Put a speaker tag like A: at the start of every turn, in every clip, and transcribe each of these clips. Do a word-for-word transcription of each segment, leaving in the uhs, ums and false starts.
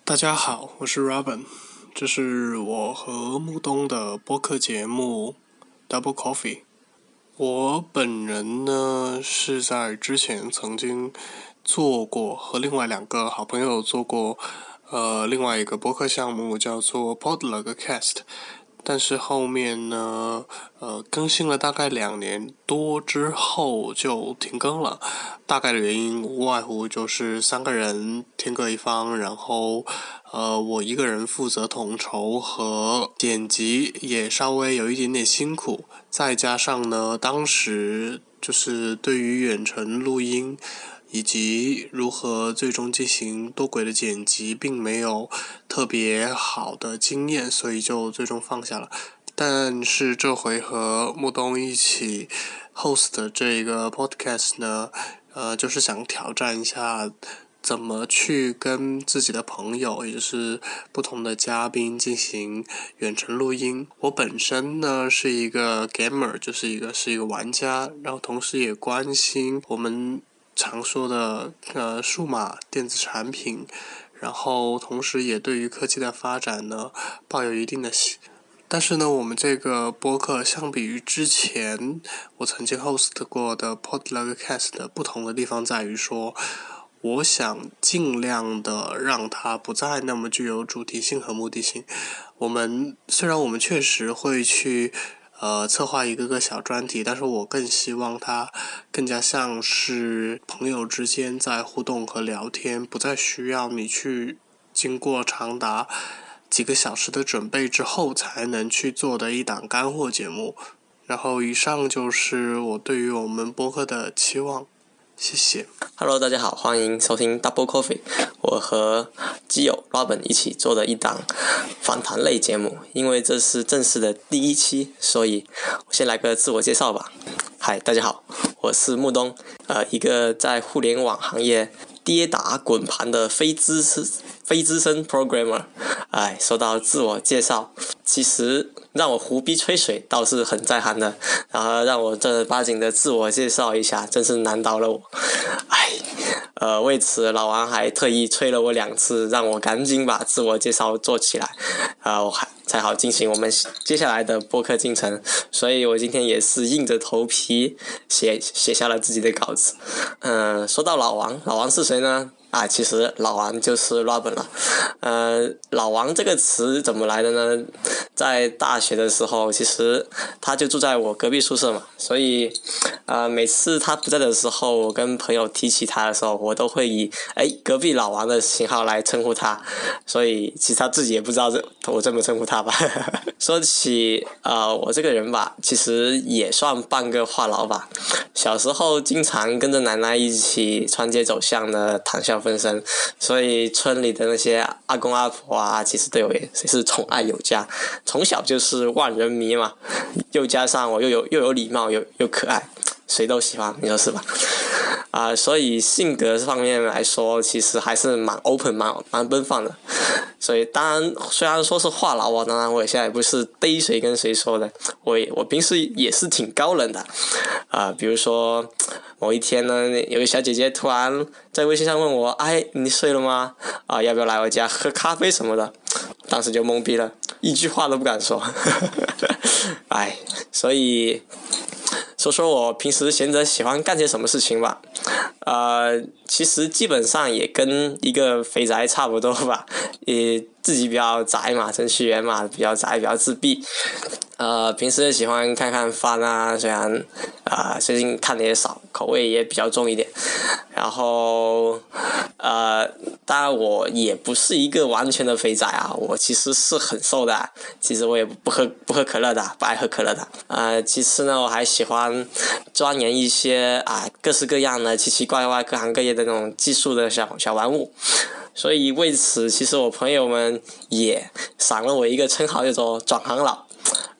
A: 大家好，我是 Robin， 这是我和木东的播客节目 Double Coffee。我本人呢是在之前曾经做过和另外两个好朋友做过呃另外一个播客项目叫做 Podlogcast， 但是后面呢呃更新了大概两年多之后就停更了，大概的原因无外乎就是三个人天各一方，然后呃我一个人负责统筹和剪辑，也稍微有一点点辛苦，再加上呢当时就是对于远程录音以及如何最终进行多轨的剪辑并没有特别好的经验，所以就最终放下了。但是这回和木东一起 host 的这个 podcast 呢，呃，就是想挑战一下怎么去跟自己的朋友，也就是不同的嘉宾进行远程录音。我本身呢是一个 gamer， 就是一个是一个玩家，然后同时也关心我们常说的呃数码电子产品，然后同时也对于科技的发展呢抱有一定的喜。但是呢，我们这个播客相比于之前我曾经 host 过的 Podlogcast 的不同的地方在于说，我想尽量的让它不再那么具有主题性和目的性。我们虽然我们确实会去呃策划一个个小专题，但是我更希望它更加像是朋友之间在互动和聊天，不再需要你去经过长达几个小时的准备之后才能去做的一档干货节目。然后以上就是我对于我们播客的期望，谢谢。
B: Hello， 大家好，欢迎收听 Double Coffee。我和基友 Robin 一起做的一档访谈类节目，因为这是正式的第一期，所以我先来个自我介绍吧。嗨，大家好，我是木东，呃，一个在互联网行业跌打滚盘的非资深非资深 programmer。哎，说到自我介绍，其实让我胡逼吹水倒是很在行的，然后让我正儿八经的自我介绍一下，真是难倒了我。哎，呃，为此老王还特意催了我两次，让我赶紧把自我介绍做起来，啊、呃，我还才好进行我们接下来的播客进程。所以我今天也是硬着头皮写写下了自己的稿子。嗯、呃，说到老王，老王是谁呢？啊，其实老王就是 Robin 了。呃，老王这个词怎么来的呢？在大学的时候，其实他就住在我隔壁宿舍嘛，所以呃，每次他不在的时候，我跟朋友提起他的时候，我都会以哎隔壁老王的型号来称呼他，所以其实他自己也不知道这我这么称呼他吧。说起呃我这个人吧，其实也算半个话痨吧。小时候经常跟着奶奶一起穿街走巷的谈笑风生，所以村里的那些阿公阿婆啊，其实对我也是宠爱有加，从小就是万人迷嘛，又加上我又有又有礼貌又又可爱，谁都喜欢，你说是吧？啊、呃，所以性格方面来说，其实还是蛮 open 蛮蛮奔放的。所以当然，虽然说是话痨啊，当然我也现在不是逮谁跟谁说的，我我平时也是挺高冷的啊、呃。比如说某一天呢，有个小姐姐突然在微信上问我：“哎，你睡了吗？啊、呃，要不要来我家喝咖啡什么的？”当时就懵逼了，一句话都不敢说。哎，所以说说我平时闲着喜欢干些什么事情吧。呃，其实基本上也跟一个肥宅差不多吧，也自己比较宅嘛，程序员嘛，比较宅，比较自闭。呃，平时喜欢看看番啊，虽然啊、呃、最近看的也少，口味也比较重一点。然后呃，当然我也不是一个完全的肥宅啊，我其实是很瘦的、啊。其实我也不喝不喝可乐的，不爱喝可乐的。呃，其次呢，我还喜欢钻研一些啊各式各样的奇奇怪怪、各行各业的那种技术的小小玩物。所以为此，其实我朋友们也赏了我一个称号，叫做转行佬。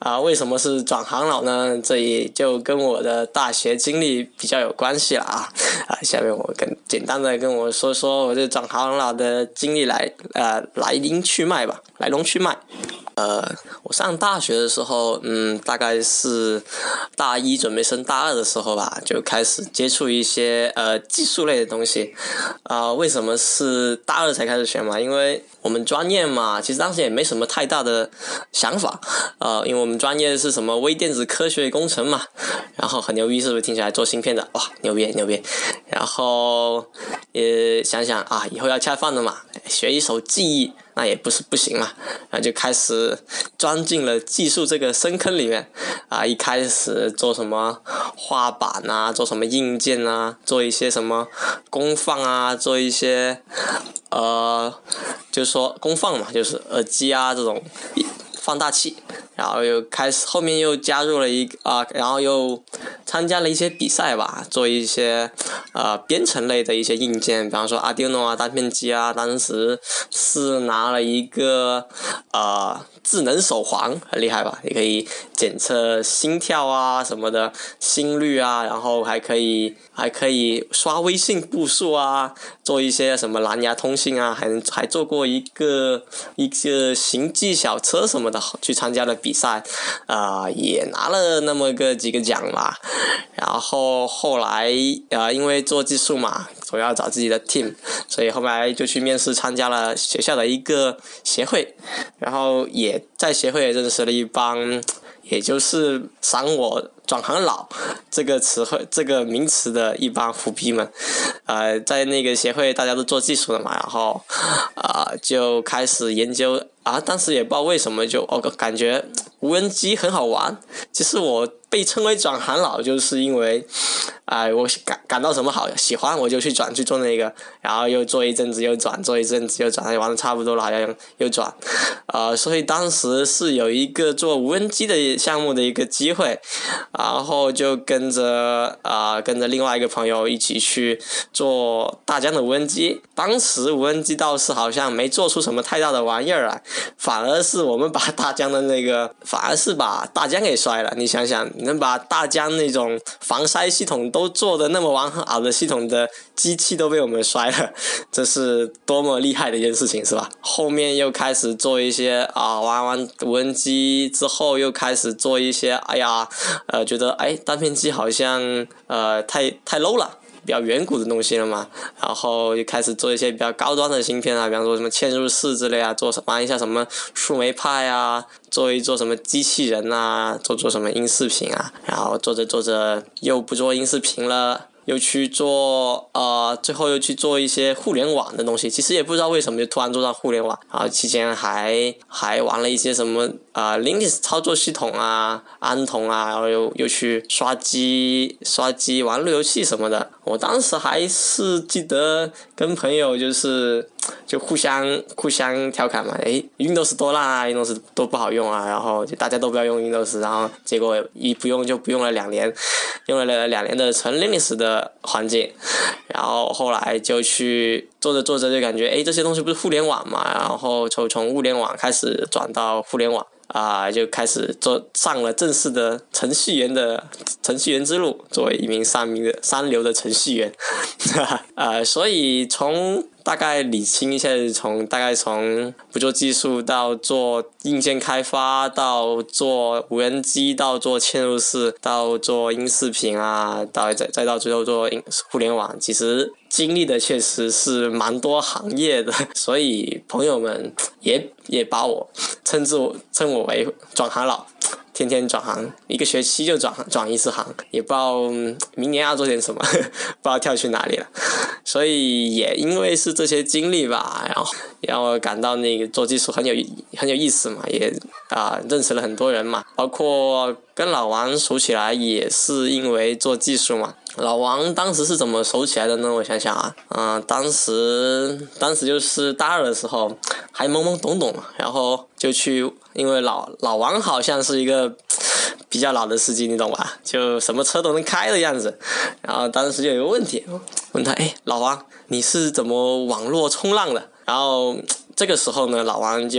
B: 啊，为什么是转行佬呢？这也就跟我的大学经历比较有关系了啊。啊，下面我跟简单的跟我说说我这转行佬的经历来呃来龙去脉吧，来龙去脉。呃，我上大学的时候，嗯，大概是大一准备升大二的时候吧，就开始接触一些呃技术类的东西。啊、呃，为什么是大二才开始学嘛？因为我们专业嘛，其实当时也没什么太大的想法。呃，因为我们专业是什么微电子科学工程嘛，然后很牛逼，是不是听起来做芯片的？哇，牛逼牛逼！然后也想想啊，以后要恰饭的嘛，学一手技艺。那也不是不行嘛，然后就开始钻进了技术这个深坑里面啊！一开始做什么画板啊，做什么硬件啊，做一些什么功放啊，做一些呃，就是说功放嘛，就是耳机啊这种放大器，然后又开始后面又加入了一个啊、呃，然后又参加了一些比赛吧，做一些呃编程类的一些硬件，比方说 Arduino 啊单片机啊，当时是拿了一个呃智能手环，很厉害吧，也可以检测心跳啊什么的心率啊，然后还可以还可以刷微信步数啊，做一些什么蓝牙通信啊，还还做过一个一个行迹小车什么的，去参加了比赛，啊、呃，也拿了那么个几个奖吧。然后后来呃，因为做技术嘛，总要找自己的 team， 所以后来就去面试参加了学校的一个协会，然后也在协会也认识了一帮，也就是赏我转行佬这个词汇这个名词的一帮虎逼们。呃，在那个协会大家都做技术的嘛，然后啊、呃、就开始研究啊，当时也不知道为什么就哦感觉无人机很好玩。其实我被称为转行佬，就是因为啊、呃、我感感到什么好喜欢我就去转去做那个，然后又做一阵子又转，做一阵子又转，玩的差不多了好像又转，呃，所以当时是有一个做无人机的项目的一个机会，然后就跟着啊、呃、跟着另外一个朋友一起去做大疆的无人机。当时无人机倒是好像没做出什么太大的玩意儿来，反而是我们把大疆的那个反而是把大疆给摔了。你想想，你能把大疆那种防筛系统都做的那么完好的系统的机器都被我们摔了，这是多么厉害的一件事情，是吧？后面又开始做一些啊，玩完无人机之后又开始做一些，哎呀，呃，觉得哎单片机好像呃太太 low 了。比较远古的东西了嘛，然后就开始做一些比较高端的芯片啊，比方说什么嵌入式之类啊，做玩一下什么树莓派啊，做一做什么机器人啊，做做什么音视频啊，然后做着做着又不做音视频了。又去做呃，最后又去做一些互联网的东西，其实也不知道为什么就突然做到互联网，然后期间还还玩了一些什么呃 Linux 操作系统啊、安童啊，然后又又去刷机刷机玩路由器什么的。我当时还是记得跟朋友就是就互相互相调侃嘛，诶 Windows 多烂啊 ，Windows 都不好用啊，然后就大家都不要用 Windows， 然后结果一不用就不用了两年，用了两年的纯 Linux 的环境，然后后来就去做着做着就感觉，诶这些东西不是互联网嘛，然后就从物联网开始转到互联网。啊、呃，就开始做上了正式的程序员的程序员之路，作为一名三名的三流的程序员，呃，所以从大概理清一下，从大概从不做技术到做硬件开发，到做无人机，到做嵌入式，到做音视频啊，到再再到最后做互联网，其实经历的确实是蛮多行业的，所以朋友们也也把我称之我称我为转行佬。天天转行，一个学期就转转一次行，也不知道明年要做点什么，不知道跳去哪里了。所以也因为是这些经历吧，然后让我感到那个做技术很有很有意思嘛，也啊、呃、认识了很多人嘛，包括跟老王熟起来也是因为做技术嘛。老王当时是怎么熟起来的呢？我想想啊，嗯、呃，当时当时就是大二的时候，还懵懵懂懂嘛，然后就去，因为老老王好像是一个比较老的司机，你懂吧？就什么车都能开的样子。然后当时就有个问题，问他，哎，老王，你是怎么网络冲浪的？然后这个时候呢，老王就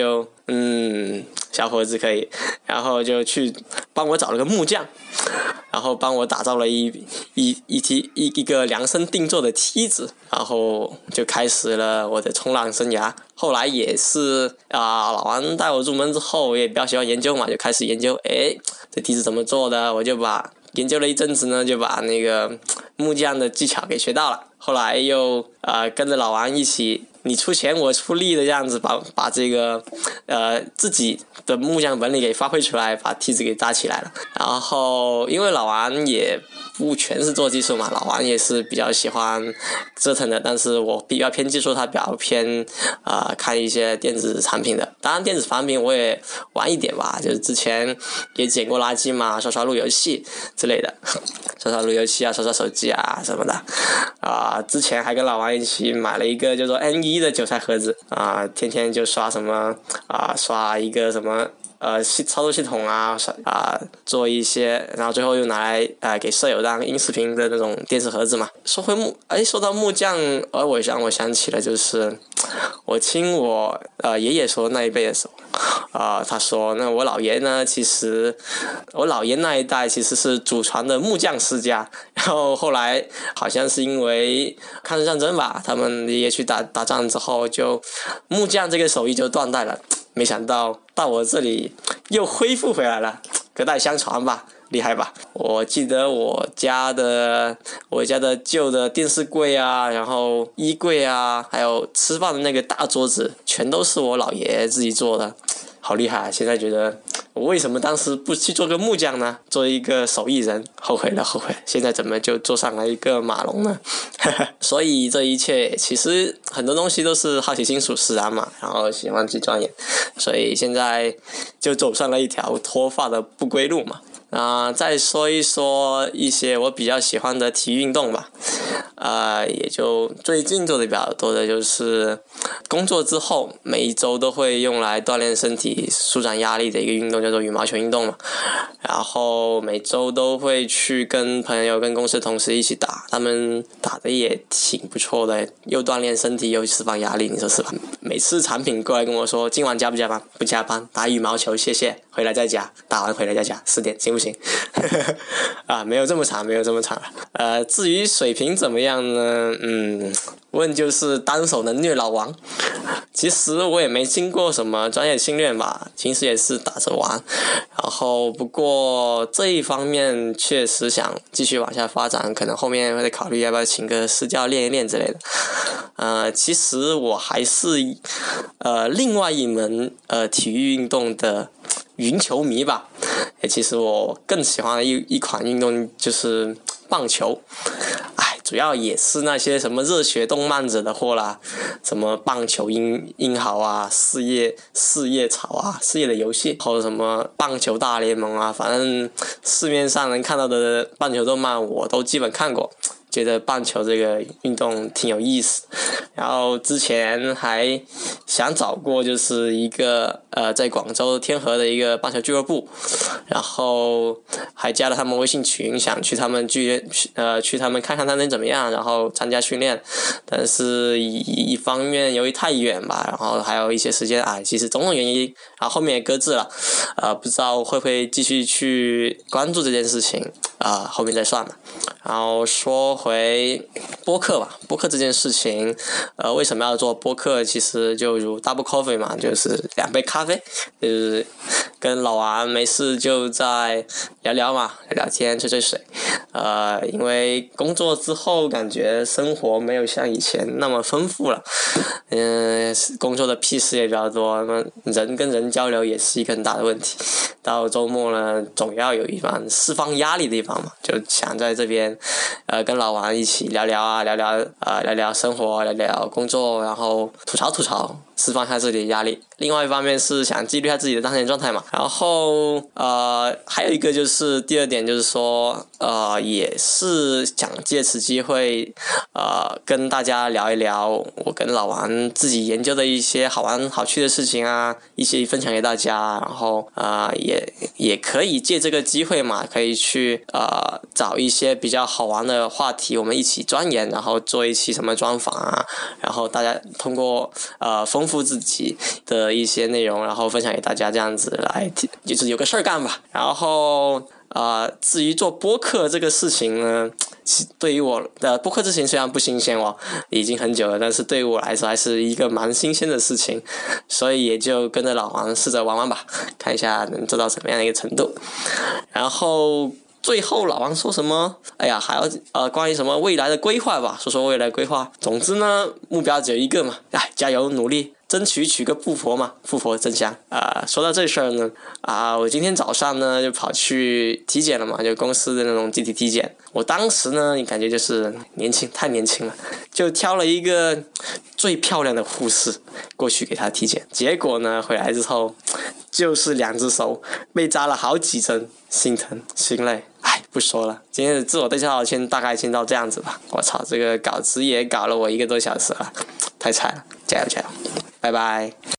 B: 嗯，小伙子可以，然后就去帮我找了个木匠，然后帮我打造了一一一梯一一个量身定做的梯子，然后就开始了我的冲浪生涯。后来也是啊、呃，老王带我入门之后，我也比较喜欢研究嘛，就开始研究，诶，这梯子怎么做的？我就把研究了一阵子呢，就把那个木匠的技巧给学到了。后来又啊、呃、跟着老王一起，你出钱我出力的这样子把把这个呃自己的木匠本领给发挥出来，把梯子给搭起来了。然后因为老王也不全是做技术嘛，老王也是比较喜欢折腾的，但是我比较偏技术，他比较偏啊、呃、看一些电子产品的。当然电子产品我也玩一点吧，就是之前也捡过垃圾嘛，刷刷路由器之类的，刷刷路由器啊，刷刷手机啊什么的啊、呃。之前还跟老王一起买了一个叫做 N 一 的韭菜盒子啊、呃，天天就刷什么啊、呃，刷一个什么。呃，系操作系统啊，啊、呃，做一些，然后最后又拿来呃给舍友当音视频的那种电视盒子嘛。说回木，哎，说到木匠，而我让我想起了就是我听我呃爷爷说那一辈的时候，啊、呃，他说那我姥爷呢，其实我姥爷那一代其实是祖传的木匠世家，然后后来好像是因为抗日战争吧，他们也去打打仗之后，就木匠这个手艺就断代了。没想到到我这里又恢复回来了，隔代相传吧，厉害吧？我记得我家的我家的旧的电视柜啊，然后衣柜啊，还有吃饭的那个大桌子，全都是我姥爷自己做的，好厉害啊！现在觉得我为什么当时不去做个木匠呢？做一个手艺人，后悔了后悔，现在怎么就做上了一个马龙呢？所以这一切其实很多东西都是好奇心所使然嘛，然后喜欢去钻研，所以现在就走上了一条脱发的不归路嘛。啊、呃，再说一说一些我比较喜欢的体育运动吧。呃，也就最近做的比较多的就是工作之后每一周都会用来锻炼身体、舒展压力的一个运动，叫做羽毛球运动嘛。然后每周都会去跟朋友、跟公司同事一起打，他们打的也挺不错的，又锻炼身体又释放压力，你说是吧？每次产品过来跟我说今晚加不加班？不加班，打羽毛球谢谢，回来再加，打完回来再加，十点行不行？啊，没有这么长，没有这么长了。呃，至于水平怎么样呢？嗯，问就是单手能虐老王。其实我也没经过什么专业训练吧，平时也是打着玩。然后不过这一方面确实想继续往下发展，可能后面会考虑要不要请个私教练一练之类的。呃，其实我还是呃另外一门呃体育运动的云球迷吧。其实我更喜欢的一一款运动就是棒球，哎，主要也是那些什么热血动漫者的货啦，什么棒球英英豪啊，四叶四叶草啊，四叶的游戏，或者什么棒球大联盟啊，反正市面上能看到的棒球动漫我都基本看过。觉得棒球这个运动挺有意思，然后之前还想找过就是一个呃在广州天河的一个棒球俱乐部，然后还加了他们微信群，想去他们剧呃去他们看看他们怎么样，然后参加训练，但是一一方面由于太远吧，然后还有一些时间啊，其实种种原因，然后后面也搁置了，呃不知道会不会继续去关注这件事情啊、呃，后面再算了。然后说回播客吧，播客这件事情，呃，为什么要做播客？其实就如 double coffee 嘛，就是两杯咖啡，就是跟老王没事就在聊聊嘛，聊聊天，吹吹水。呃，因为工作之后感觉生活没有像以前那么丰富了，嗯、呃，工作的屁事也比较多，那么人跟人交流也是一个很大的问题。到周末呢，总要有一方释放压力的地方嘛，就想在这边，呃，跟老王一起聊聊啊，聊聊呃，聊聊生活，聊聊工作，然后吐槽吐槽，释放一下自己的压力。另外一方面是想记录一下自己的当前状态嘛，啊、 然后呃，还有一个就是第二点就是说，呃，也是想借此机会，呃，跟大家聊一聊我跟老王自己研究的一些好玩好趣的事情啊，一些分享给大家。然后啊、呃，也也可以借这个机会嘛，可以去呃找一些比较好玩的话题，我们一起钻研，然后做一期什么专访啊，然后大家通过呃丰富自己的一些内容，然后分享给大家，这样子来就是有个事儿干吧。然后呃，至于做播客这个事情呢，对于我的播客之前虽然不新鲜哦，已经很久了，但是对于我来说还是一个蛮新鲜的事情，所以也就跟着老王试着玩玩吧，看一下能做到什么样的一个程度。然后最后老王说什么？哎呀，还要呃关于什么未来的规划吧，说说未来规划。总之呢，目标只有一个嘛，哎，加油努力。争取娶个富婆嘛，富婆真香啊、呃！说到这事儿呢，啊、呃，我今天早上呢就跑去体检了嘛，就公司的那种集体体检。我当时呢，你感觉就是年轻，太年轻了，就挑了一个最漂亮的护士过去给她体检。结果呢，回来之后就是两只手被扎了好几针，心疼心累。哎，不说了，今天的自我介绍先大概先到这样子吧。我操，这个稿子也搞了我一个多小时了，太惨了，加油加油！拜拜。